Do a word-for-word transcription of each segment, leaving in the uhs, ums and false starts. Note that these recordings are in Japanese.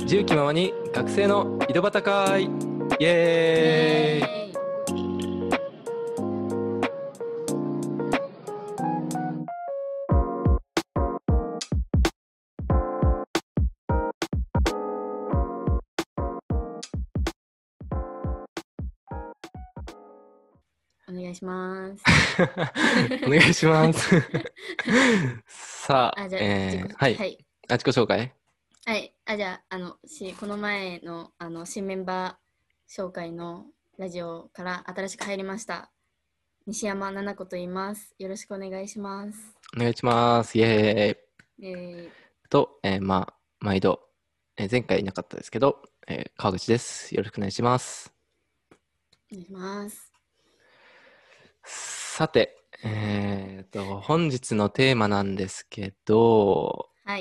自由気ままに学生の井戸端会イエーイ。 お願いします。 お願いします。さあ、 あ、じゃあ、 えー、 自己はい、 はい。 あ、自己紹介。 はい。あ、じゃあ、あの、し、この前の、あの、新メンバー紹介のラジオから新しく入りました。西山奈々子と言います。よろしくお願いします。 お願いします。イエーイ。 えと、えー、まあ、毎度、えー前回いなかったですけど、えー川口です。よろしくお願いします。 ー、お願いします。 さて、えーと、本日のテーマなんですけど、 はい。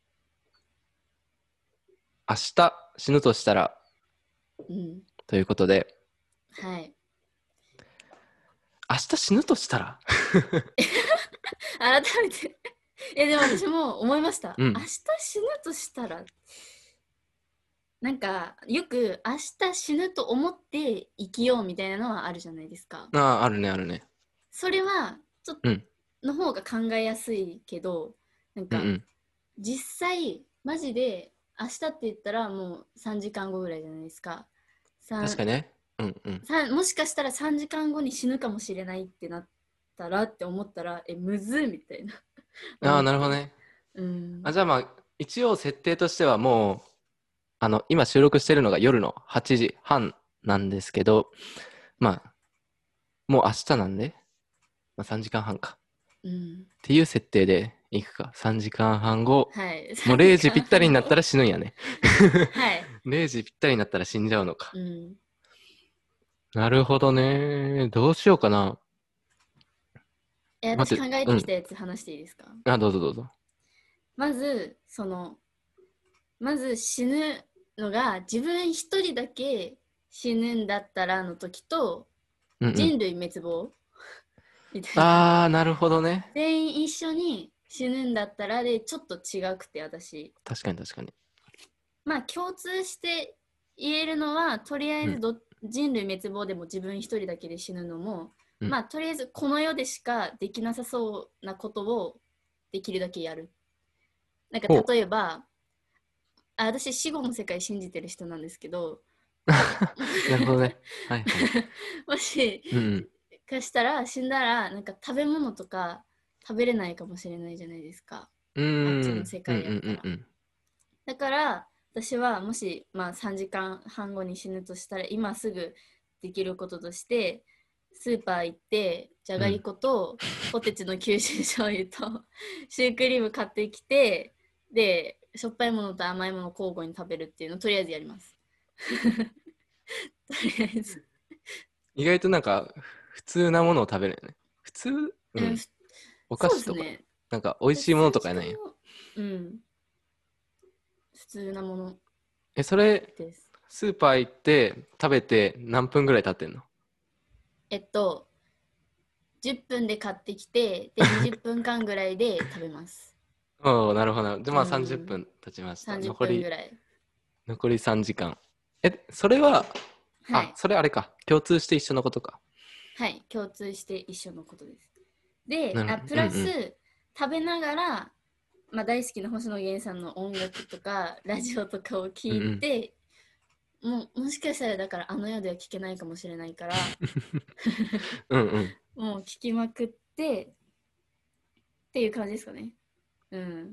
明日死ぬとしたらうん。 ということで、 はい。 明日死ぬとしたら改めてえ、でも私も思いました。 うん。 明日死ぬとしたら、なんか、よく明日死ぬと思って生きようみたいなのはあるじゃないですか。 ああ、あるね、あるね。 それは、ちょっと、 うん。 の方が考えやすいけど、なんか、 うんうん。 実際、マジで、明日って言ったらもうさんじかんごぐらいじゃないですか。3、 確かにね。うんうん。 さんもしかしたらさんじかんごに死ぬかもしれないってなったらって思ったら、え、むずみたいなああ、 思って。 なるほどね。 うあ、 ん。 じゃあまあ、一応設定としてはもう、あの、今収録してるのが夜のはちじはんなんですけど、まあ、もう明日なんで、まあ、さんじかんはんか。 うん。 っていう設定でいくか。さんじかんはん後、 はい。 もう 3 0 時間時ぴったりに半後。 なったら死ぬんやね。 はい。 れいじぴったりになったら死んじゃうのか。 うん。 なるほどね。どうしようかな。 え、私考待って、 えてきうん。 たやつ話していいですか？ あ、どうぞどうぞ。 まず、その、まず死ぬのが自分一人だけ死ぬんだったらの時と、 うんうん。 人類滅亡みたいな。 あー、なるほどね。 全員一緒に死ぬんだったらでちょっと違くて、私。 確かに確かに。 まあ共通して言えるのは、とりあうん。 えずど人類滅亡でも自分一人だけで死ぬのも、 うん。 まあとりあえずこの世でしかできなさそうなことをできるだけやる。なんかほう。 例えば、あ、私死後の世界信じてる人なんですけど、 なるほどね。はいはい。 もしうんうん。 かしたら死んだらなんか食べ物とか食べれないかもしれないじゃないですか、 うーん。 あっちの世うんうん界やったら。 うんうん。 だから私はもし、まあ、さんじかんはん後に死ぬとしたら今すぐできることとしてスーパー行ってじゃがりことポテチの九州醤油とシュークリーム買ってきて、でしょっぱいものと甘いものを交互に食べるっていうのをとりあえずやりますとりあえず。 意外となんか普通なものを食べるよね。普通ううん、 ん。お菓そうで子とか。 すね。 なんか美味しいもの 3 とかやないんや。 時間後、うん、普通なものえ、それ、 です。 スーパー行って食べて何分ぐらい経ってんの？ えっと、じゅっぷんで買ってきて、で、にじゅっぷんかんぐらいで食べます。 おお、なるほどなるほど。で、 うまあ30 ん、 分経ちました。 30 残り、 分ぐらい。 残りさんじかん。え、それは、あ、 はい。 それあれか。共通して一緒のことか。 はい。共通して一緒のことです。で、あ、 なるほど。 プラス、 うんうん。 食べながら、まあ、大好きな星野源さんの音楽とか、ラジオとかを聞いうんうん。 て、もう、もしかしたらだからあの世では聞けないかもしれないから、 うんうん。 もう聞きまくってっていう感じですかね。うん。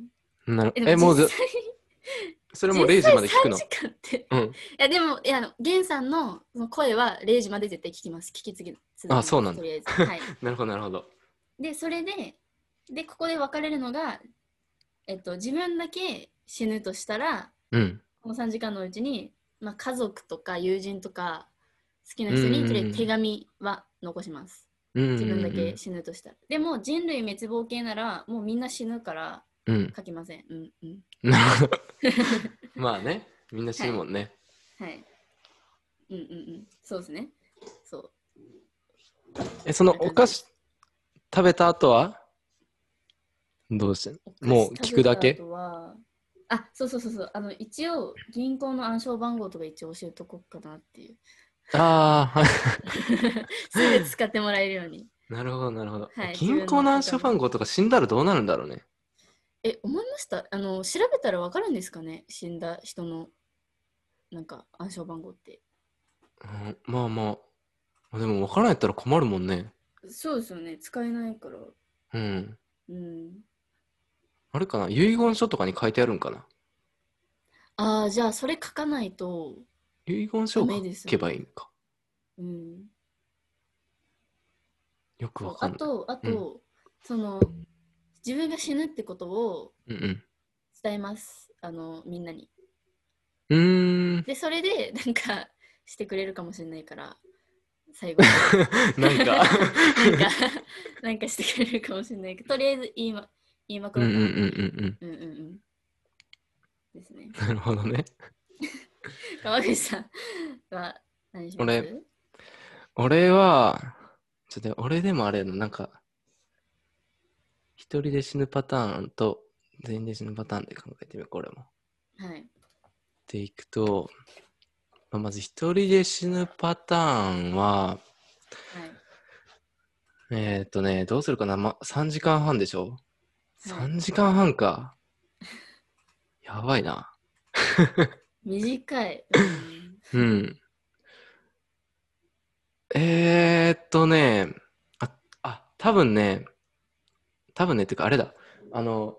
なる、 え、でもえ、もうず、 実際、 それもう0時実際まで聞く 3 の？ 時間って、 うん。 いやでも、いや、あの、ゲンさんのその声はれいじまで絶対聞きます。聞き継ぎ続あ、 けます、 そうなんだ。 とりあえず。はい。 なるほどなるほど。 で、それで、で、ここで分かれるのが、えっと、自分だけ死ぬとしたら、 うん。 このさんじかんのうちに、まあ、家族とか友人とか好きなう人にとりあえず手ん。 紙は残します。 うんう自分だけん死ぬとしたら。でも人類滅亡系ならもうみんな死ぬからうん。うん。 書きません。うんうん。 なるほど。まあね。みんな死はい。 ぬもんね。 はい。うんうんうん。そうですね。そう。 え、そそんのな感じです。 お菓子食べた後はどうしてんお菓子もう食べた聞くだけ？ 後は、 あ、そうそうそうそう。あの、一応、銀行の暗証番号とか一応教えとこうかなっていう。 ああ、 すぐ使ってもらえるように。 なるほど、なるほど。 はい、自銀分行の暗証のアカウント。 番号とか死んだらどうなるんだろうね。 え、思いました。あの、調べたらわかるんですかね、死んだ人の、なんか、暗証番号って。 うん、まあまあ。でも分からないったら困るもんね。 そうですよね。使えないから。 うん。 うん。 あれかな、遺言書とかに書いてあるんかな。 ああ、じゃあ、それ書かないと遺言書ダメを書けばいいですよね。 んか。 うん。 よくそう。 わかんない。 あと、あうん。 と、その、自分が死ぬってことをうんうん。 伝えます。あの、みんなに。 うーん。 で、それで、なんか、してくれるかもしれないから、最後に。 なんかなんか、なんかしてくれるかもしれないけど、とりあえず言いま、言いまくろうかな。 うんうんうんうんうん。 うんうんうん。ですね。 なるほどね。 川口さんは何しま俺、 す？ 俺は、ちょっと俺でもあれやな、なんか、一人で死ぬパターンと全員で死ぬパターンで考えてみよう、これも。 はい。 でいくと、まあまず一人で死ぬパターンは、 はい。 えーっとね、どうするかな、ま、さんじかんはんでしょ？ はい。 さん 時間半か。やばいな。 短い。うん。 うん。えーっとね、あ、あ、多分ね、多分ね、っていうかあれだ。あの、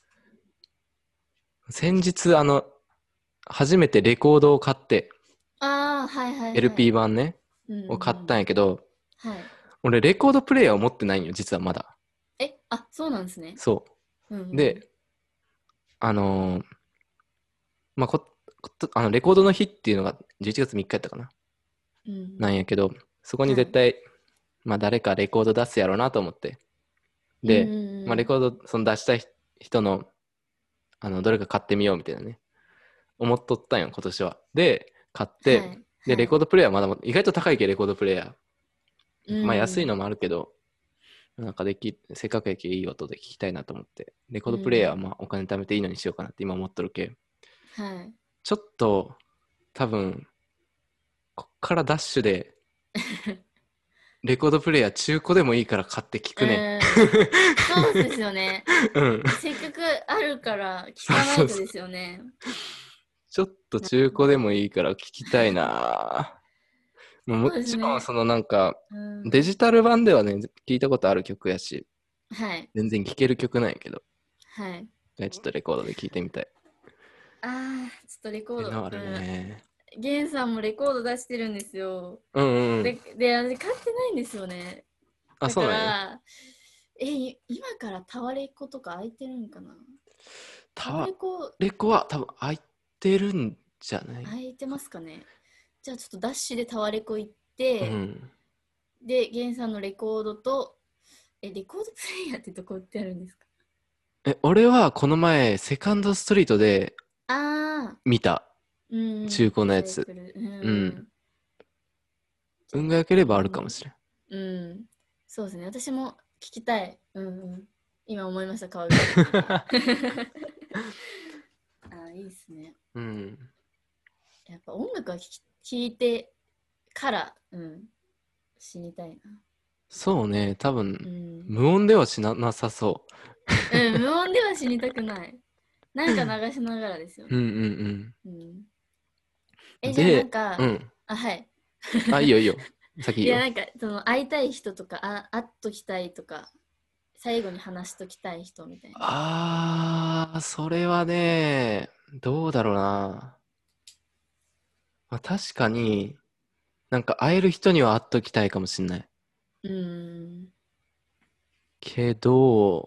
先日、あの、初めてレコードを買って、 ああ、はいはいはエルピーい。 版ね、 うんうんうを買ったんやん。 けど、 はい。 俺レコードプレイヤーを持ってないんよ、実はまだ。 え、あ、そうなんですね。 そうんうう。 ん。 で、あのーまあ、こ、ことあの、レコードの日っていうのがじゅういちがつみっかやったかな。 うんうん。 なんやけど、そこにはい。 絶対、まあ、誰かレコード出すやろうなと思って。 うんで、まあ、 うんうん。 レコード、その出したい人の、あの、どれか買ってみようみたいなね、思っとったんよ、今年は。で、買って、 はい。 で、 はい。 レコードプレイヤーまだも意外と高いけど、レコードプレイヤうー。まあ、安いのん。 もあるけど、なんかでき、せっかくやけいい音で聞きたいなと思って、レコうードプレイヤーはん。 まあお金貯めていいのにしようかなって今思っとるけ、 はい。 ちょっと多分、こっからダッシュで、レコードプレイヤー中古でもいいから買って聞うくね。 ん。そうですよね。 うん。 せっかくあるから聞そうかないとでそうそう。 すよね。 ちょっとな中古でもるほど。 いいから聞きたいな。もうもそうですちろん、 ね。 そのなんか、 うん。 デジタル版ではね、聞いたことある曲やし、 はい。 全然聴ける曲なんやけど、 はい。 ちょっとレコードで聴いてみたい。っああ、ちょっとレコード。 ていうのはあるうん。 ね。 ゲンさんもレコード出してるんですよ。 うんうんうで、 ん。 で、私買ってないんですよね。 あ、 だかそうなんや。 ら、え、い今からタワレコとか空いてるんかな？タワタレコレコは多分空いてるんじゃない？ 空いてますかね？じゃあちょっとダッシュでタワレコ行って、 うん。 で、ゲンさんのレコードと、え、レコードプレイヤーってどこ売ってあるんですか？ え、俺はこの前、セカンドストリートでああ見た。 ー、うん、 中古リのやつ。 サイクル。ううん。 ん。じゃあ、 運が良ければあるかも今度。 しれん。 うん。そうですね。私も聞きたい。うんうん。今思いました、川口さんの聞いて。ああ、いいっすね。 うん。 やっぱ音楽は聞き聞いてから、うん、死にたいな。 そうね、多う分、 ん。 無音ではしな、なさそうん、無音では死にたくない。なんか流しながらですよう。うんね。 うんうん。 うん。 え、じゃあなんで、うか、 ん。 あ、はい。 あ、いいよいいよ。先いいや、 いよ。 なんか、その、会いたい人とか、あ、会っときたいとか、最後に話しときたい人みたいな。 あー、それはね、どうだろうな。まあ、確かに、なんか会える人には会っときたいかもしんない。 うーん。 けど、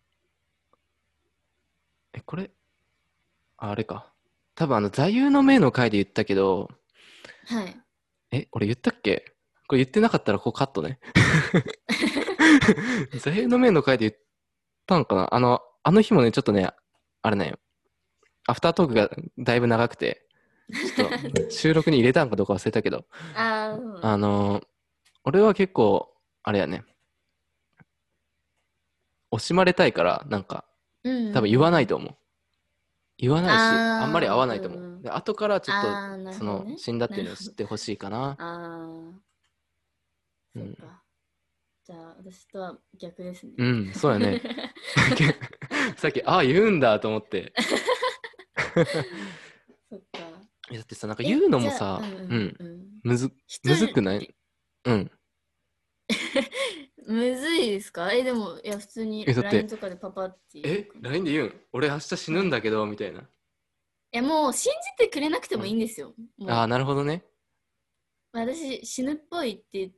え、これ、ああれか。多分あの座右の銘の回で言ったけど、 はい。 え、俺言ったっけ？これ言ってなかったらこうカットね。座右の銘の回で言ったんかな。あの、あの日もね、ちょっとね、あれなんよ。アフタートークがだいぶ長くて、ちょっと収録に入れたんかどうか忘れたけど、 ああ、そうなんですね。 あの、俺は結構、あれやね、惜しまれたいから、なんか、 うんうん多分言わないうんと思う。 言わないし、あんまりああ、 会わないと思う。 うんうん。 で、後からちょっと、 ああ、なるその、 ほどね。 死んだっていうのをなるほど。 知ってほしいかな。 ああ、 うん。 そっか。じゃあ、私とは逆ですね。 うん、そうやね。さっき、ああ、言うんだと思って。 そっか。 えだってさ、なんか言え、 うのじゃあ、うもさ、 んうん、 うんうん。 むず、 一むずくない？ 人、 うん。 むずいですか？え、でも、いや、普通え、 にだっラインて、 とかでパパって言うえかな。 ライン で言うん？俺明日死ぬはい。 んだけど、みたいな。 え、もう信じてくれなくてもいいうん。 んですよ。 ああ、 もう、 なるほどね。 私死ぬっぽいって言って、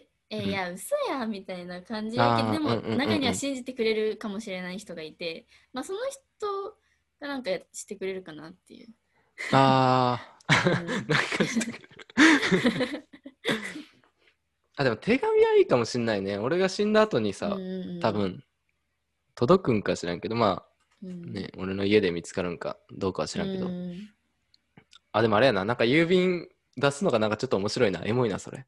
え、 うん。 いや、嘘や、みたいな感じだけど、でああ、うんもうんうんうん。 中には信じてくれるかもしれない人がいて、まあ、その人がなんかしてくれるかなっていう。 ああ、 うん。 なんかしてくれる。あ、でも手紙はいいかもしんないね。俺が死んだ後にうんさ、 うん多分、届くんか知らんけど、まうん。うあ、 ん。 ね、俺の家で見つかるんかどうかは知うらんけど。 ん。 あ、でもあれやな、なんか郵便出すのがなんかちょっと面白いな。エモいな、それ。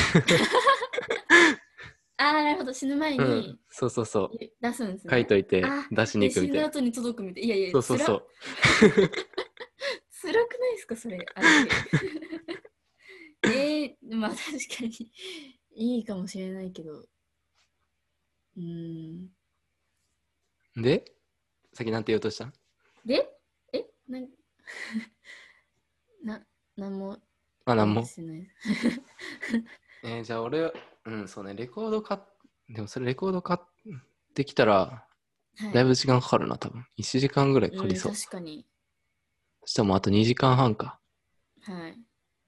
ああ、なるほど。死ぬ前うん、 にそうそうそう。 出すんです書いね。 といてあ、 出しにで、 行くみたいな。 死んだ後に届くみたいな。いやいや、 そうそうつら、 そ辛くないですか、それ、ある程度。えー、まあ確かにいいかもしれないけど。うーん。 う。で、さっきなんて言おうとしたん？ で、え、なん、な、なんもあ、 言おうとなんも。 してないです。 えーじゃあ俺、うん、そうね、レコード買っ、でもそれレコード買ってきたら、 はい。 だいぶ時間かかるな、多分。いちじかんぐらいかかりうん、 そう。 確かに。 そしたらもうあとにじかんはんか。 はい。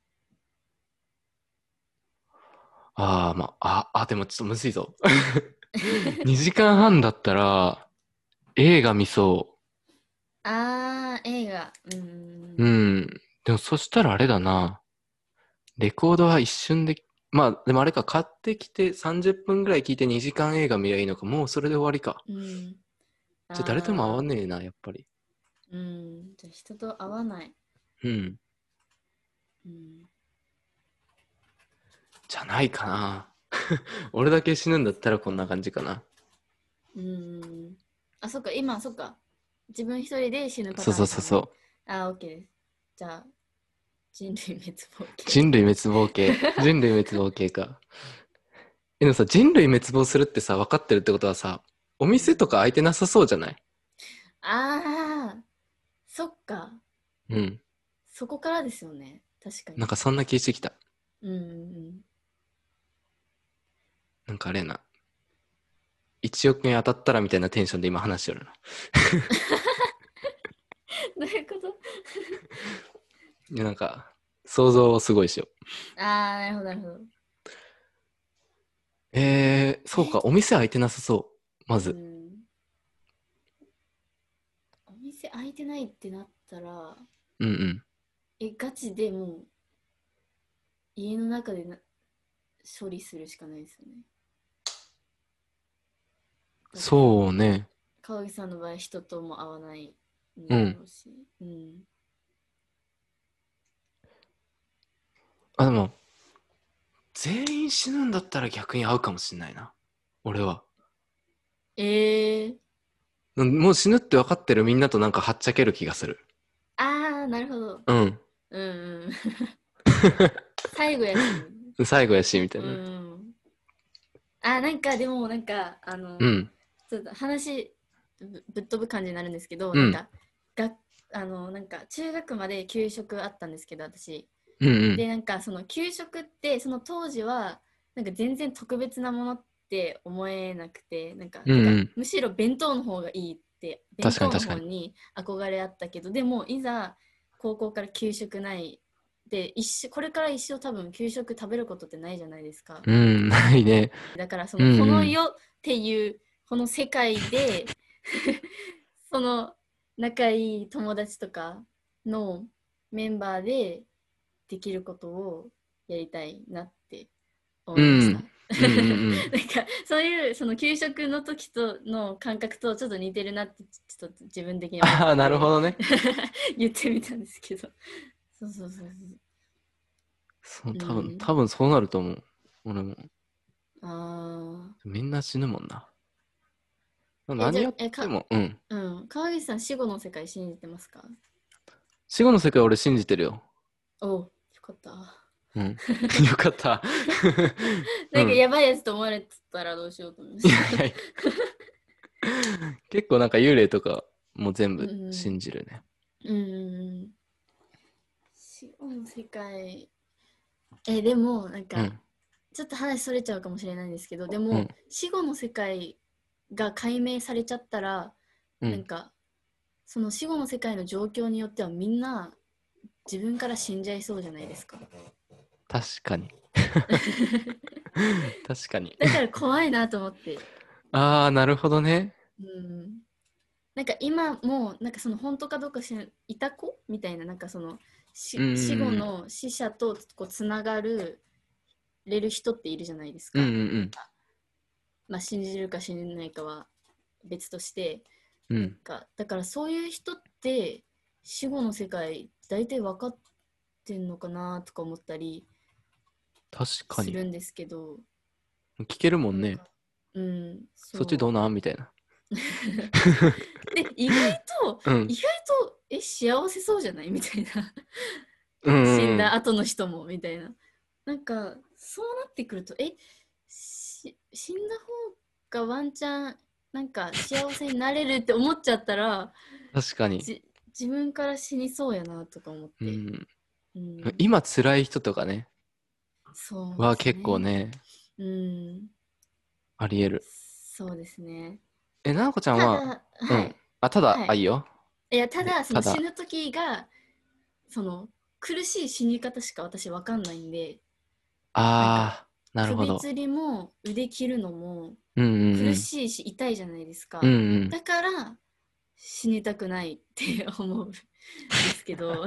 ああ、まあ、あ、あ、でもちょっとむずいぞ。にじかんはんだったら、映画見そあー、映画。うーう。うん。 ん。でもそしたらあれだな。レコードは一瞬で、まあ、でもあれか、買ってきてさんじゅっぷんぐらい聞いてにじかん映画見りゃいいのか。もうそれで終わりか。 うん。 じゃあ誰とも会わあねえな、やっぱり。 ー、うん。じゃあ人と会わない。 うん。 うん。 じゃないかな。俺だけ死ぬんだったらこんな感じかな。 うん。あ、そっか、今、そっか。自分一人で死ぬパそうターンですよね。 そうそうそう。 あー、OK です。じゃあ、人類滅亡系で。 人類滅亡系。人類滅亡系か。えでもさ、人類滅亡するってさ、分かってるってことはさ、おうん、 店とか開いてなさそうじゃない？ ああ、そっか。 うん。 そこからですよね。確かに。 なんかそんな気してきた。 うんうんなんかあれやな。いちおく円当たったらみたいなテンションで今話してるな。 うん。どういうこと？ いや、なんか、想像をすごいしよう。 ああ、なるほど、なるほど。 えー、そうか、お店開いてなさそう。まうず。 ん。お店開いてないってなったら、 うんうん。 え、ガチでもう家の中でな処理するしかないですよね。だって、 そうね。 川木さんの場合、人とも会わないんうん。 だろうし。うん。 あ、でも、全員死ぬんだったら逆に合うかもしんないな。俺は。 ええー、 うんもう死ぬって分かってるみんなとなんかはっちゃける気がする。 ああ、なるほど。 うん。 うんうん。最後やし。 最後やし、みたいうな。 ん。あ、なんかでもなんかあのうん。 ちょっと話ぶぶっ飛ぶ感じになるんですけど、 うん。 なんかがあのなんか中学まで給食あったんですけど、私うんうん。 でなんかその給食ってその当時はなんか全然特別なものって思えなくて、なんかてかうんうん。 むしろ弁当の方がいいって弁当の確かに確かに。 方に憧れあったけど、でもいざ高校から給食ないで一生これから一生多分給食食べることってないじゃないですか。 うん、ないね。 だからそうんのこうん。 の世っていうこの世界でその仲いい友達とかのメンバーでできることをやりたいなって思いました。 うん。うんうんうん。 なんかそういうその給食の時との感覚とちょっと似てるなってちょっと自分的に思っああ、なるほてどね。 言ってみたんですけど、そうそうそうそうそう、 う多分、 ん。 多分そうなると思う。俺も。 ああ、 みんな死ぬもんな。 まあえ、じゃあ、 何やっえ、か、 ても、うん。 うん。川岸さん、死後の世界信じてますか？ 死後の世界俺信じてるよ。 おう、よかった。 うん。よかった。 なんかうん。 やばいやつと思われてたらどうしようと思いまいした。 やいや、結構なんか幽霊とかも全部うん。 信じるね。 うん。死後の世界。え、でも、なんか、 うん。 ちょっと話それちゃうかもしれないんですけど、でも、 うん。 死後の世界が解明されちゃったら、 うん。 なんか、その死後の世界の状況によってはみんな自分から死んじゃいそうじゃないですか。 確かに。確かに。 だから怖いなと思って。 ああ、なるほどね。 うん。なんか今もなんかその本当かどうか知らないいた子みたいななんかそのうし死後ん。 の死者とこうつながるれる人っているじゃないですうんうか。なんんかまあ信じるか信じないかは別としてうん。うなんん。 かだからそういう人って死後の世界大体分かってんのかなとか思ったり確かに。 するんですけど聞けるもんね。 なんかうんそっちどうそうなんみたいな。 で意外とうん。 意外とえ幸せそうじゃないみたいなうん死んうんうん。 だ後の人もみたいな。なんかそうなってくるとえし死んだ方がワンチャンなんか幸せになれるって思っちゃったら確かに。 じ自分から死にそうやなとか思って、 うん。 うん、 今辛い人とかね。 そうでは結構すね。 ね、 うん、 あり得る。 そうですね。 え、ななこちゃんは、 ただうん。 はいあ、ただ、あ、いはいいよ。 いやたえ、 だそのただ、 死ぬ時がその苦しい死に方しか私わかんないんでなんかあー、なるほど。 首吊りも腕切るのもうんうん苦しいし痛いじゃないですうん。うか。 んうん。 だから死にたくないって思うんですけど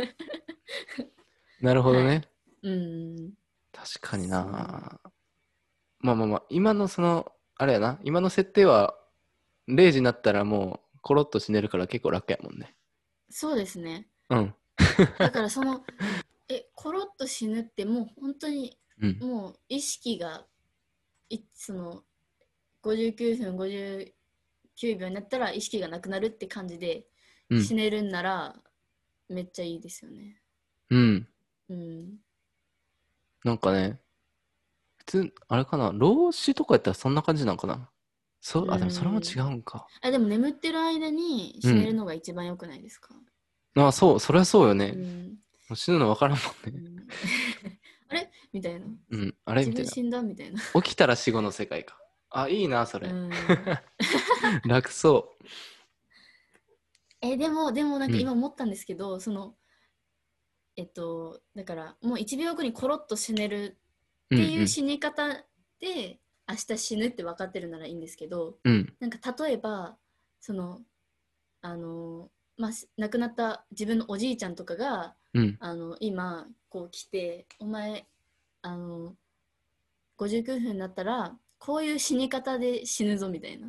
なるほどはい。 ね。 うん確かにそう。 な。まあまあまあ、今のその、あれやな。今の設定は、れいじになったらもう、コロッと死ねるから結構楽やもんね。 そうですね。 うん。 だからそのえコロッと死ぬってもう本当にうん。 もう意識がいそのごじゅうきゅうふんごじゅうきゅうびょうになったら意識がなくなるって感じでうん。 死ねるんならめっちゃいいですよね。 うん。 うん。 なんかね、普通、あれかな。老子とかやったらそんな感じなんかな。そうう、あ、でもそれも違ん。 うんか。 あ、でも眠ってる間に死ねるうん。 のが一番良くないですか？ まあそう、それはそうよね。 うん。 もう死ぬの分からんもんね。 うん、あれみたいな。 うん。あれみたいな。 自分死んだみたいな。 起きたら死後の世界か。あ、いいな、そうれ。 ん。 楽そえ、でも、でもなんう。うん。 か今思ったんですけど、その、えっと、だからもういちびょうごにコロッと死ねるうんうっていうん。 死に方で明日死ぬって分かってるならいいんですけど、 うん。 なんか例えば、その、あの、まあ、亡くなった自分のおじいちゃんとかが、 うん。 あの、今、こう来て、お前、あの、ごじゅうきゅうふんになったら、こういう死に方で死ぬぞみたいな。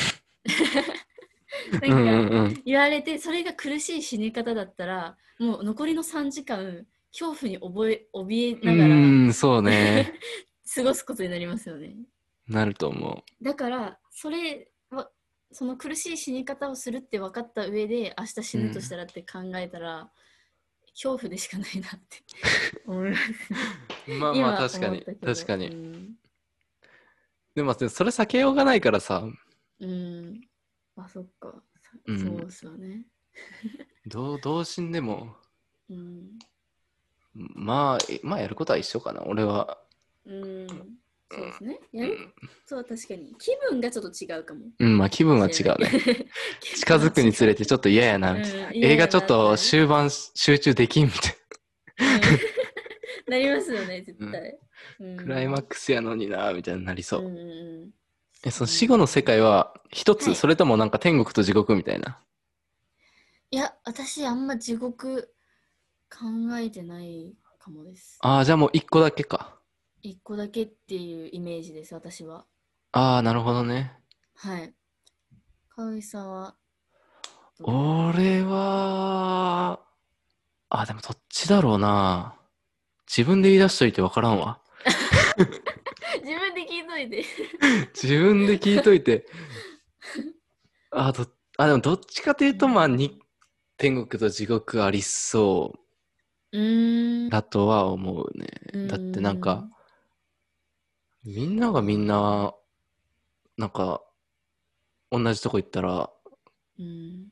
なうんうんかんうん。 言われて、それが苦しい死に方だったら、もう残りのさんじかん、恐怖に覚え、怯えうながらーん、そうね。 過ごすことになりますよね。 なると思だから、それは、その苦しい死に方をするって分かった上で、明日死う。うぬとしん。 たらって考えたら、恐怖でしかないなって思いますね。 まあまあ、 今思っ確かに。 たけど。 確かに。 うん。 でも、それ避けようがないからさ。 うん。あ、そっか。 うん。 そうっすよね。 どう、どう死んでも、 うん。 まあ、えまあ、やることは一緒かな。俺は。 うん。そうですね。やるうん。 そう、確かに。気分がちょっと違うかもうん、まあ、気分はしれない。 違うね。 気分は近づくにつ違う。 れてちょっと嫌やな、みたいな。 うん。嫌映画ちょっやなってなる。 と終盤集中できんみたいうん。なりますよね、絶な。うん。 対。うクライマッん。 クスやのにな、みたいになりうんうそう。 んうん。 え、そのそう死後の世ね。 界は一つ、そはい。 れともなんか天国と地獄みたいな。 いや、私あんま地獄考えてないかもです。 ああ、じゃあもう一個だけか。 一個だけっていうイメージです、私は。 ああ、なるほどね。 はい。川口さんはどう？ 俺は、あ、でもどっちだろうな。自分で言い出しといてわからんわ。 自分で聞いといて。 自分で聞いといて。 あどあでもどっちかというとまあに天国と地獄ありそううーん。 だとは思うね。 うだってなんかーん。 みんながみんあななんか同じとこ行ったらーうん。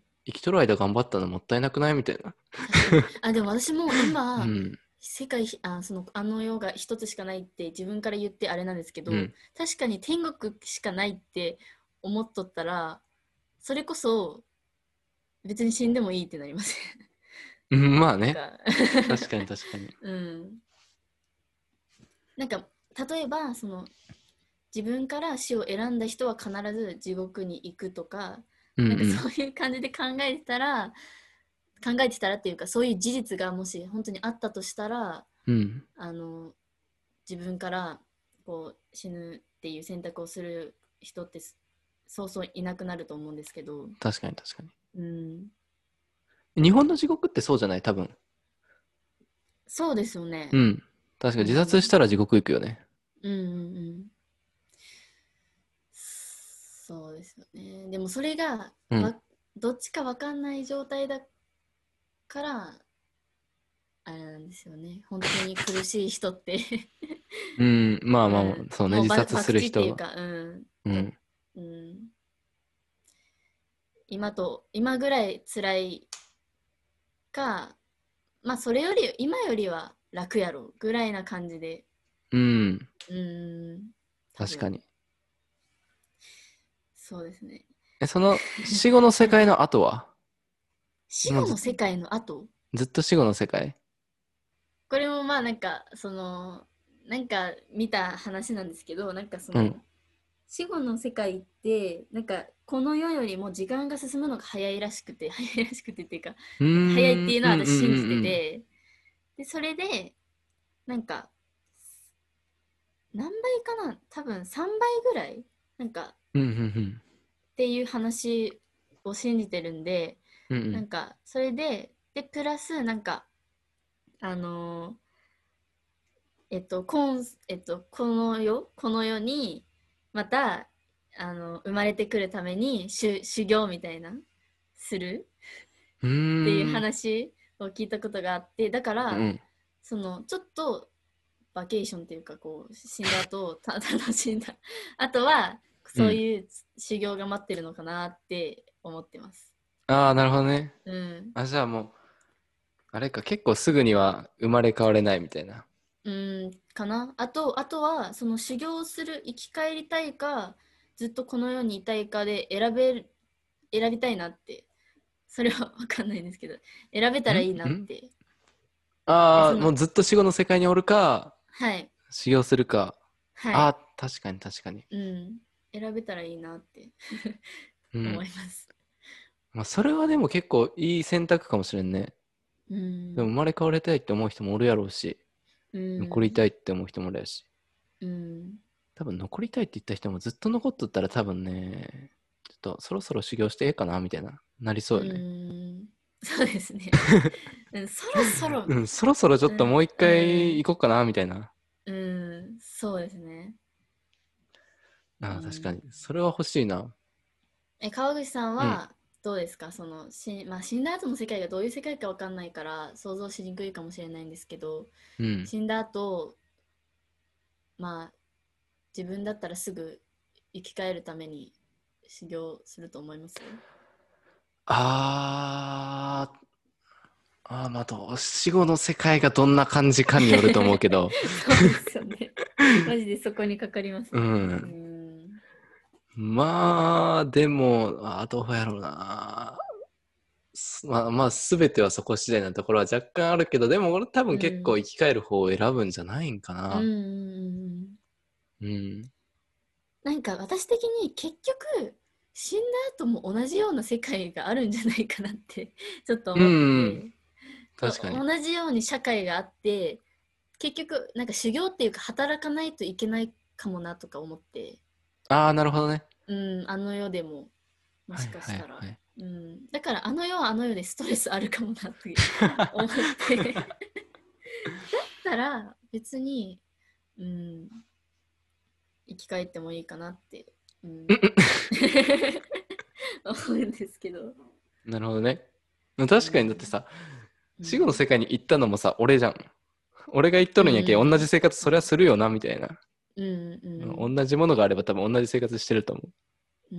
生きとる間頑張ったのもったいなくないみたいな。 確かに。あ、でも私も今、 うん。 世界ひ、あ、その、あの世が一つしかないって自分から言ってあれなんですけど、 うん。 確かに天国しかないって思っとったら、それこそ別に死んでもいいってなりますね。 うんまあね。 なんか確かに確かに。 うん。なんか、例えば、その、自分から死を選んだ人は必ず地獄に行くとか、なんかうんうん。 そういう感じで考えてたら、考えてたらっていうか、そういう事実がもし本当にあったとしたら、 うん。 あの、自分からこう死ぬっていう選択をする人ってそうそういなくなると思うんですけど、 確かに確かうん、 に。日本の地獄ってそうじゃない多分。 そうですよね。 うん。確かう自殺したん、 ら地獄行くよね。 うんうんうん、そうですよね。でもそれがうん。 わどっちか分かんない状態だからあれなんですよね。本当に苦しい人ってうん。まあまあまあ、 うん、 そうね。 もうば自殺す博打ってる人は。 いうか、うん、と、 うん。 うん、今と今ぐらい辛いか、まあそれより今よりは楽やろぐらいな感じで、 うん。 うーん、多分確かに。 そうですね。 え、その死後の世界の後は死もうず、 後の世界の後、 ずっと死後の世界。 これもまあなんかそのなんか見た話なんですけど、なんかそうん。 の死後の世界ってなんかこの世よりも時間が進むのが早いらしくて、早いらしくてっていうか、 うーなんか早いってん。 いうのはうんうんうん私信じてうん。 て、でそれでなんか何倍かな、多分さんばいぐらいなんかうんうんっていう話を信じてるんで、 うん。うんうん。 なんかそれででプラスなんかあのーえっとこんえっとこの世この世にまたあの生まれてくるために修修行みたいなするうっていうーん。 話を聞いたことがあって、だからうん。 そのちょっとバケーションっていうかこう死んだ後た楽しんだあとはうん。 そういう修行が待ってるのかなって思ってます。 ああ、なるほどね。 うん。 あ、じゃあもう、あれか、結構すぐには生まれ変われないみたいな。 うん、かなあと、あとは、その修行する、生き返りたいか、ずっとこの世にいたいかで選べる、選びたいなって、それはわかんないんですけど、選べたらいいなっんんて。え、 ああー、 その、 もうずっと死後の世界におるか、 はい、 修行するか。 はい、 ああ、確かに確かに。 うん、選べたらいいなってうん。 思います。 まあ、それはでも結構いい選択かもしれんね。 うでも生ん、 まれ変わりたいって思う人もおるやろうし、 う残りん、 たいって思う人もおるやし。 うん、 多分残りたいって言った人もずっと残っとったら多分ね、ちょっとそろそろ修行してええかなみたいな、なりそううよね。 ん、そうですね。うん、そろそろ、 うん、そろそろちょっともううん、 一うん、 回行こうかなみたいな。 うん、そうですね。うああ、確かに。 ん。 それは欲しいな。 え、川口さんうん。 はどうですか、そのし、まあ、死んだ後の世界がどういう世界かわかんないから想像しにくいかもしれないんですけど、 うん。 死んだ後、まあ、自分だったらすぐ生き返るために修行すると思います？ あー、あー、まあ、どう死後の世界がどんな感じかによると思うけど。 そうですよね。マジでそこにかかりますうね。うん。 ん。 まあ、でも、あー、どうやろうな。すまあ、まあ、すべてはそこ次第なところは若干あるけど、でも俺多分結構うん。 生き返る方を選ぶんじゃないんかうん。 な。 うん。 うん。 なんか私的に結局死んだ後も同じような世界があるんじゃないかなってちょっとう思ってん。 て、 確かに。 同じように社会があって結局なんか修行っていうか働かないといけないかもなとか思って、 ああ、なるほどね。 うん、あの世でももしはいかしたら、 はいはい。 うん、だからあの世はあの世でストレスあるかもなって思ってだったら別に、うん、生き返ってもいいかなって、うん思うんですけど。 なるほどね。確かにだってさ、 うん、 死後の世界に行ったのもさ、俺じゃん。俺が言っとるんやけ、 うん同じ生活そりゃするよな、みたいな。 うんうん、 同じものがあれば多分同じ生活してると思うん、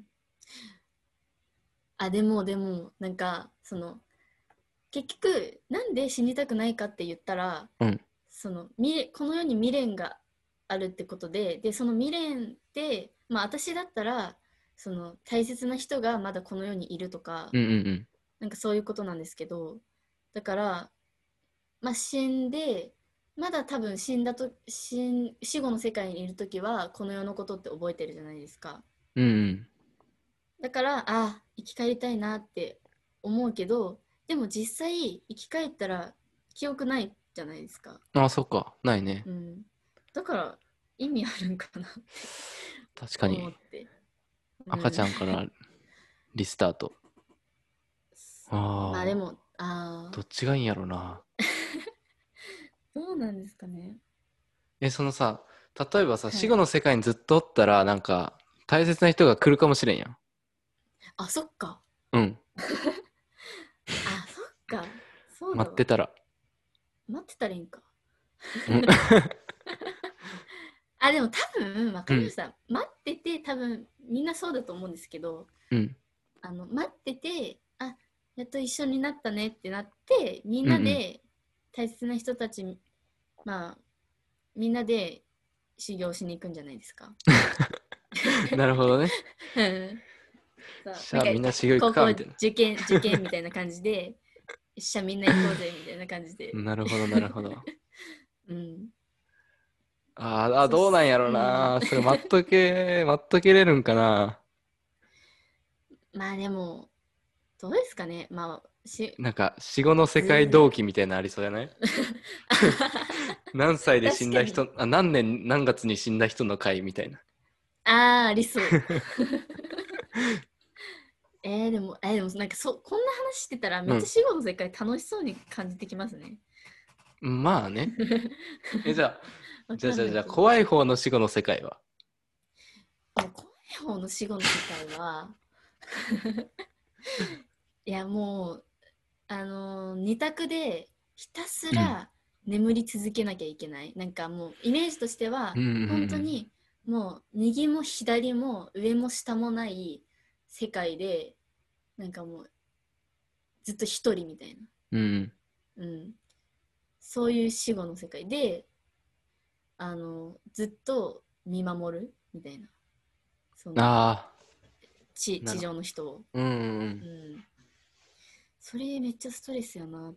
あ、でもでもなんかその結局なんで死にたくないかって言ったら、 う。うん。 その未この世に未練があるってことで、でその未練ってまあ私だったらその大切な人がまだこの世にいるとか、 うんうんなんかそういうことなんですけど、だからまあ死んでまだ多分死んだと死ん死後の世界にいる時はこの世のことって覚えてるじゃないですか。 うん。うんだからあ生き返りたいなって思うけど、でも実際生き返ったら記憶ないじゃないですか。 うん。あ、そっか。ないね。 うん、だから意味あるんかなって確かに。 思って、うん、 赤ちゃんからリスタート。 まあでああ、 もああどっちがいいんやろな。 どうなんですかね。 え、そのさ、例えばさ、 はい。 死後の世界にずっとおったら、なんか、大切な人が来るかもしれんやん。 あ、そっか。 うん。 あ、そっか。そうだわ。 待ってたら。 待ってたらいいんか。 うん。 あ、でも多分分うん。 かりました。待ってて多分みんなそうだと思うんですけど、 うん。 あの待ってて、あ、やっと一緒になったねってなって、みんうんうん。 なで大切な人たち、まあみんなで修行しに行くんじゃないですか。 なるほどね。 うんそうじゃあなんかみんな修行行くか、 高校みたいな。 受験受験みたいな感じで、一緒みんな行こうぜみたいな感じで。 なるほど、なるほど。 うん。 あーあ、 そし、 どうなんやろうん。 な。それ待っとけ、待っとけれるんかな。 まあでも、どうですかね。まあ、し、 なんか、死後の世界ず、 同期みたいなのありそうじゃない？何歳で死ん確かに。 だ人、あ、何年何月に死んだ人の会みたいな。 ああ、ありそう。えー、でも、えー、でもなんかそ、こんな話してたらめっちゃうん。 死後の世界楽しそうに感じてきますね。 まあね。え、じゃあ、 わじゃあじゃあじゃあ、 かんないけど。 怖い方の死後の世界は？ もう怖い方の死後の世界は、いやもう、あのー二択でひたすうん。 ら眠り続けなきゃいけない。なんかもうイメージとしては、 うんうんうん。 本当にもう右も左も上も下もない世界で、なんかもうずっと一人みたいな。 うん。 うん。そういう死後の世界で、あの、ずっと見守るみたいな。そのああ、 地、地なるほ上の人を。 ど。うんうんうん。 うん。それめっちゃストレスやなと思って。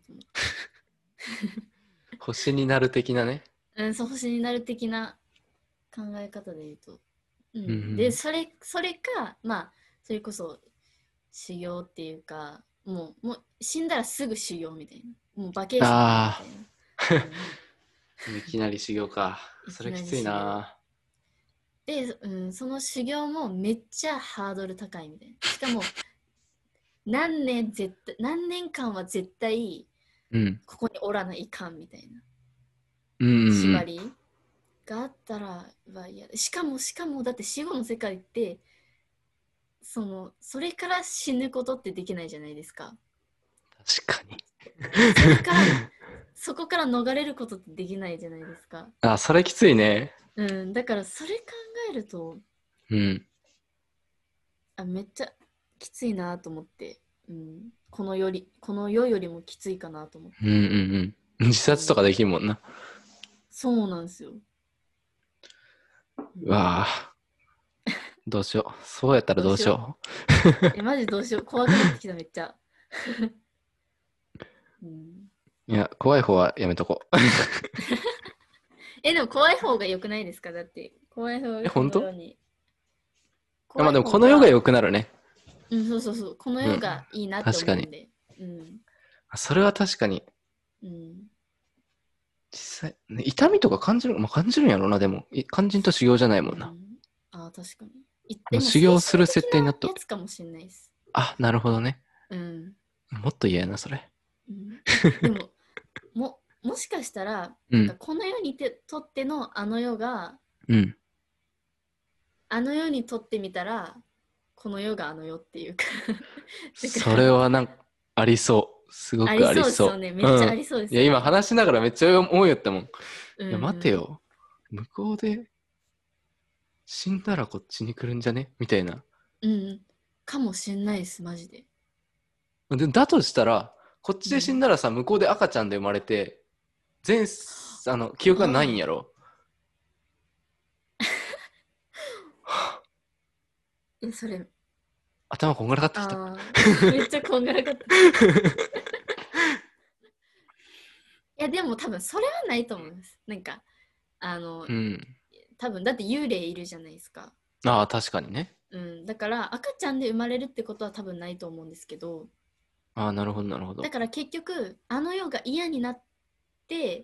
星になる的なね。 うん、そう星になる的な考え方で言うと。ううんうん。で、 ん。 それ、それか、まあ、それこそ修行っていうか、もう、もう死んだらすぐ修行みたいな。もうバケーションみあたいな。うん。 あ、いきなり修行か。 いきなそれきついり修行。 な。 で、うん、その修行もめっちゃハードル高いみたいな。しかも、何年絶対、何年間は絶対、 うん。 ここにおらないかんみたいな。 うんうんうん。 縛りがあったらは嫌だ。しかも、しかも、だって死後の世界って、その、それから死ぬことってできないじゃないですか。 確かに。 それから、そこから逃れることってできないじゃないですか。 あ、それきついね。 うん、だからそれ考えると、 うん。 あ、めっちゃきついなと思って、うん、このより、この世よりもきついかなと思って。 うんうんうん。自うん、 殺とかできんもんな。 そうなんですよ。ううん、 わあ、どうしよう。そうやったらどうどうしよう。 しよえ、マジどうしよう。怖くなってきた、めっちゃ。うん、 う。いや、怖い方はやめとこう。 え、でも怖い方が良くないですか？だって、怖い方え、 がこ本当？ の世に。怖いまあでもこの世が良方が、 くなるね。 うん、そうそうそう、このうん。 世がいいなって確かに。 思うんで。うん、 それは確かに。 うん。 実際、ね、痛みとか感じる、まあ、感じるんやろうな、でも。い肝心と修行じゃないもんな。 うん、ああ、確かに。いでもう修も精神行する設的な定になっとる。 やつかもしれないです。 あ、なるほどね。 うん。 もっと嫌やな、それ。 うん、でも、も、もしかしたら、なんかうん。 この世にてとってのあの世が、 うん。 あの世にとってみたら、 この世があの世っていうかそれはなんかありそう。すごくありそう。 ありそうですよね。めっちゃありそうですうん、いや、 よね。 今話しながらめっちゃ思いよったもん。 うん、 いや、待てよ。向こうで死んだらこっちに来るんじゃねみたいな。 うん。かもしんないです、マジで。 でだとしたら、こっちで死んだらさ、向こうで赤ちゃんで生まれて、全、あの、記憶がないんやろ。 え、それ、 頭こんがらがってきた。 あーめっちゃこんがらかった。いや、でも多分それはないと思います。なんか、あの、 うん。 多分だって幽霊いるじゃないですか。 ああ、確かにね。 うん。だから赤ちゃんで生まれるってことは多分ないと思うんですけど、 ああ、なるほど、なるほど。 だから結局、あの世が嫌になって、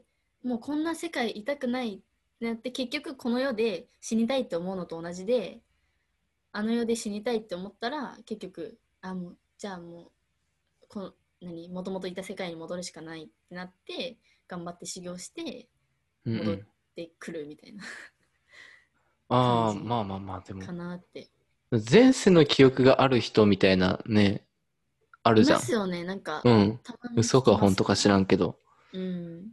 もうこんな世界いたくないってなって、結局この世で死にたいって思うのと同じで、あの世で死にたいって思ったら、結局、あ、もう、じゃあもう、この、何、もともといた世界に戻るしかないってなって、頑張って修行してうんう戻っん。 てくるみたいな感ああ、 じまあまあまあ、でもか、なって。 前世の記憶がある人みたいなね、あるいじゃん。 ますよね、なんか、 うん。 たまに聞嘘かきます、 本当か知らんけど、 うん。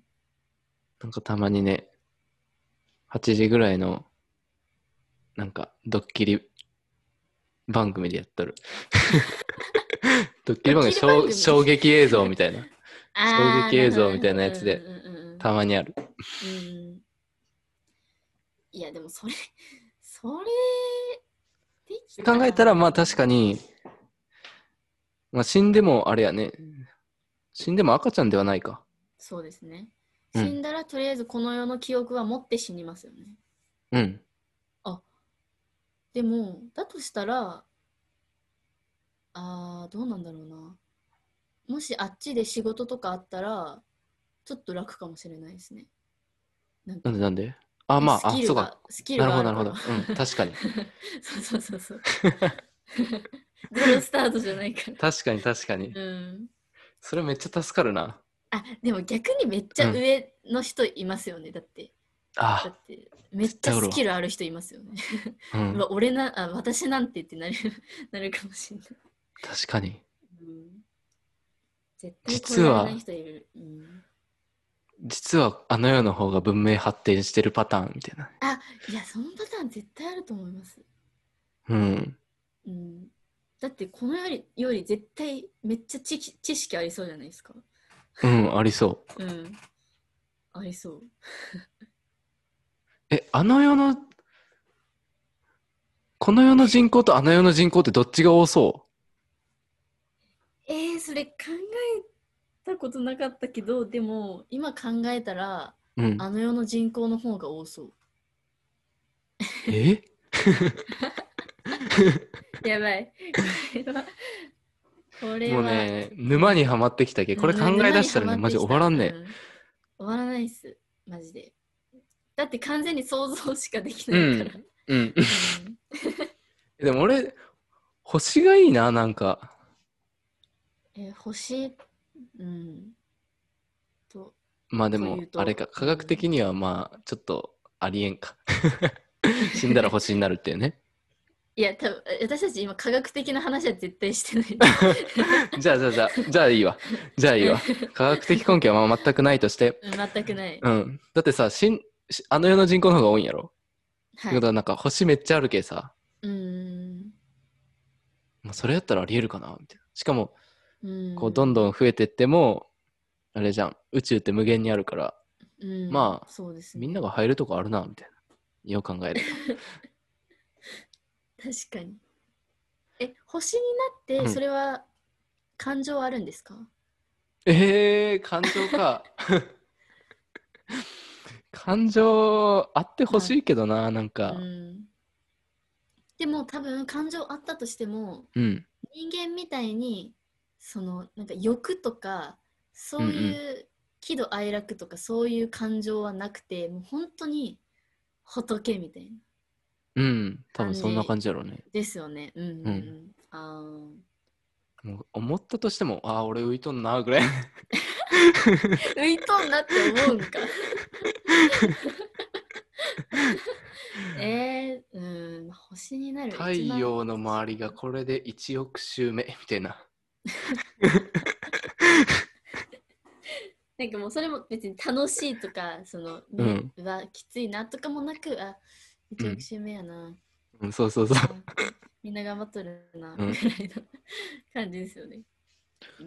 なんかたまにね、はちじぐらいの、なんか、ドッキリ番組でやっとる。ドッキリ番組、 ドッキリ番衝組衝撃映像みたいな。衝あー、 撃映なるほど、 像みたいなやつで、 うんうんたまにある。 うんうん。うんいや、でもそれ、それ、できたら考えたら、まあ確かに、まあ死んでもあれやね。死んでも赤ちゃんではないか。 そうですね。 うん。 死んだらとりあえずこの世の記憶は持って死にますよね。 うん。 あ、でも、だとしたら、あー、どうなんだろうな。もしあっちで仕事とかあったら、ちょっと楽かもしれないですね。なんか、 なんでなんであ、 え、 まあ、あ、 スキルが、 そうか。 スキルなるほど、 があるから。 なるほど。うん、確かに。 そうそうそうそう。ゼロスタートじゃないから。 確かに、確かに。 うん。 それめっちゃ助かるな。 あ、でも逆にめっちゃうん。 上の人いますよね。だって、だあ、 って、めっちゃスキ絶対おるわ。 ルある人いますよね。うわ、 うん。 俺な、あ、私なんてってなる、なるかもしれない。 確かに。 うん、絶対超えられない実は、 人いる。うん、 実はあの世の方が文明発展してるパターンみたいな。 あ、いや、そのパターン絶対あると思います。 うん。 うん、だってこのより、より絶対めっちゃ知知識ありそうじゃないですか。 うん、ありそう。 うん、ありそう。 え、あの世の、この世の人口とあの世の人口ってどっちが多そえー、それ考えたことなかったけど、でも今考えたら、 う？うん。 あの世の人口の方が多そう。 えやばい。これは、これもうは、 ね、 うん、 沼にはまってきたけど、これ考ぬ沼にはえ出したらね、マジまってきた。 終わらんね。 うん。終わらないっす。マジで。だって完全に想像しかできないから。 うん。うん。 うん。 でも俺、星がいいな、なんか。 え、星、うん。と、 まあでも、 というと、 あれか、科学うん。 的にはまあ、ちょっとありえんか。死んだら星になるっていうね。 いや、多分私たち今科学的な話は絶対してないんで。 じゃあ、じゃあ、じゃあ、じゃあいいわ。じゃあいいわ。科学的根拠はまあ全くないとして。 うん全くない。 うん。だってさ、しん、しあの世の人口の方が多いんやろってはい。 ことはなんか星めっちゃあるけさ、 うーん。 まあ、それやったらありえるかなみたいな。しかも、 うこう、どんどーん。 ん増えてっても、あれじゃん。宇宙って無限にあるから、 うん。 まあ、 そうですね。 みんなが入るとこあるな、みたいな。よう考えれば。 確かに。え、星になって、 うん。 それは感情あるんですか？ えー、感情か。感情あってほまあ、 しいけどな、なんうか。 ん。でも多分感情あったとしても、 うん。 人間みたいに、その、なんか欲とか、そううんうん。 いう喜怒哀楽とかそういう感情はなくて、もう本当に仏みたいなうん。多分そんな感じ感じやろうね。 ですよね。うんうんうん。 うん。あーもう思ったとしても、ああ、俺浮いとんな、ぐらい。 浮いとんなって思うんか。えー、うん、星星になる太陽の周りがこれでいちおく周目みたいな。 なんかもうそれも別に楽しいとか、そのね、うん、はきついなとかもなく、あ、いちおく周目やな。 うん、そうそうそう。 みんな頑張っとるな、ぐらいの感じですよね。うん。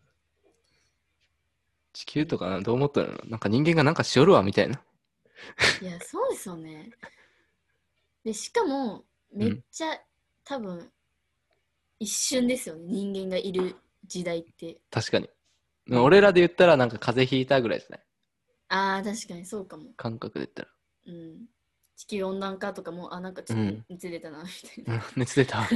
地球とかどう思ったの？なんか人間がなんかしよるわみたいな。 いや、そうですよね。で、しかも、めっちゃ、うん、多分、一瞬ですよね、人間がいる時代って。 確かに。うん、俺らで言ったら、なんか風邪ひいたぐらいじゃない？ ああ、確かにそうかも。 感覚で言ったら。 うん。地球温暖化とかも、あ、なんかちょっと熱出たな、みたいな。 うん、熱出た。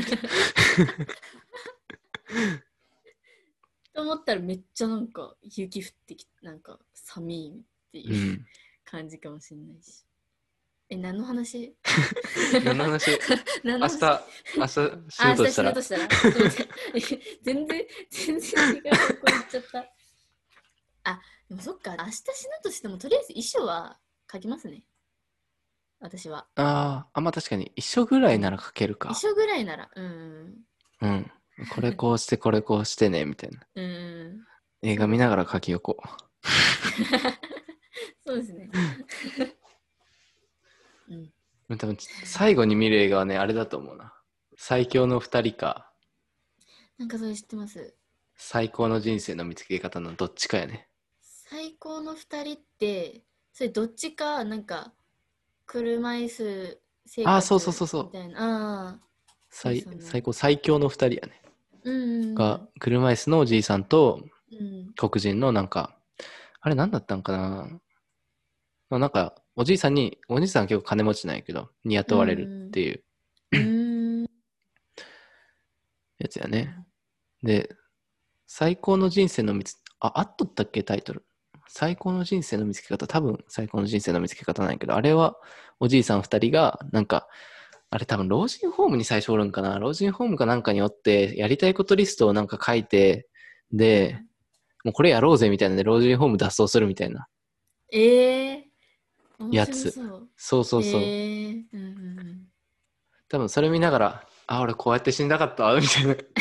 と思ったらめっちゃなんか雪降ってきて、なんか寒いっていう、うん、感じかもしれないし。え、何の話？ 何の話？ 何の話？ 明日、明日死ぬとしたら。 明日死ぬとしたら。全然、全然違う方向行っちゃった。あ、でもそっか、明日死ぬとしてもとりあえず衣装は書きますね。私は。 ああ、まあ確かに一緒ぐらいなら書けるか。 一緒ぐらいなら、うん。 うん。これこうしてこれこうしてねみたいな。うん。映画見ながら書きよこう。 そうですね。 うん。多分最後に見る映画はね、あれだと思うな。最強の二人か。 なんかそれ知ってます。 最高の人生の見つけ方のどっちかやね。 最高の二人って、それどっちか、なんか、車椅子生活みたいな。あ、そうそうそうそう。ああ。 最, ね、最高、最強の二人やね。うんうんうん、が、車椅子のおじいさんと、うん、黒人のなんか、あれ何だったんかな。まあ、なんか、おじいさんに、おじいさんは結構金持ちなんやけど、に雇われるっていう、うん、やつやね。で、最高の人生の見つ、あ、あっとったっけタイトル。最高の人生の見つけ方、多分最高の人生の見つけ方なんやけど、あれはおじいさん二人が、なんか、あれ多分老人ホームに最初おるんかな。老人ホームかなんかにおって、やりたいことリストをなんか書いて、で、もうこれやろうぜみたいなので、老人ホーム脱走するみたいな。ええー、やつ。そうそうそうそう。えーうんうん、多分それ見ながら、あ、俺こうやって死んだかったみたいな。ち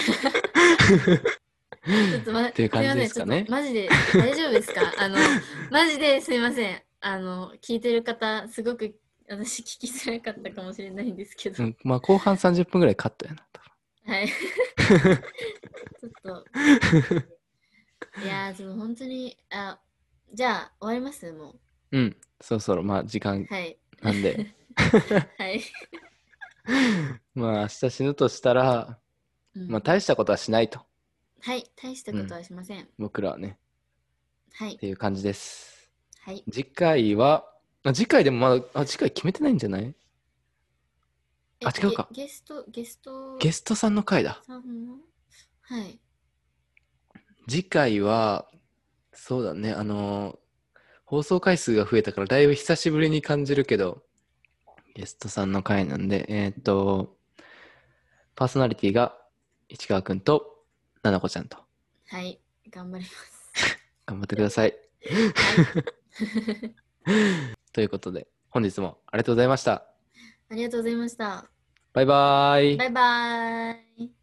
ょっとま、っていう感じですかね。 マジで大丈夫ですか？あの、マジですいません。あの、聞いてる方、すごく私聞きづらかったかもしれないんですけど。 うん、まあ後半さんじゅっぷんぐらいカットやな。 はい。ちょっと。いやー、ちょっと本当に、あ、じゃあ終わりますもう。うん、そろそろまあ時間なんで。はい。まあ明日死ぬとしたら、うん、まあ大したことはしないと。 はい、大したことはしません。うん、 僕らはね。 はい。 っていう感じです。 はい。 次回は、あ次回でもまだ、あ、次回決めてないんじゃない？あ、違うか。 ゲスト、ゲスト。 ゲストさんの回だ。 はい。 次回は、そうだね、あのー、放送回数が増えたからだいぶ久しぶりに感じるけど、ゲストさんの回なんで、えー、っと、パーソナリティが市川くんとななこちゃんと。 はい、頑張ります。 頑張ってください。ということで、本日もありがとうございました。 ありがとうございました。 バイバーイ。 バイバーイ。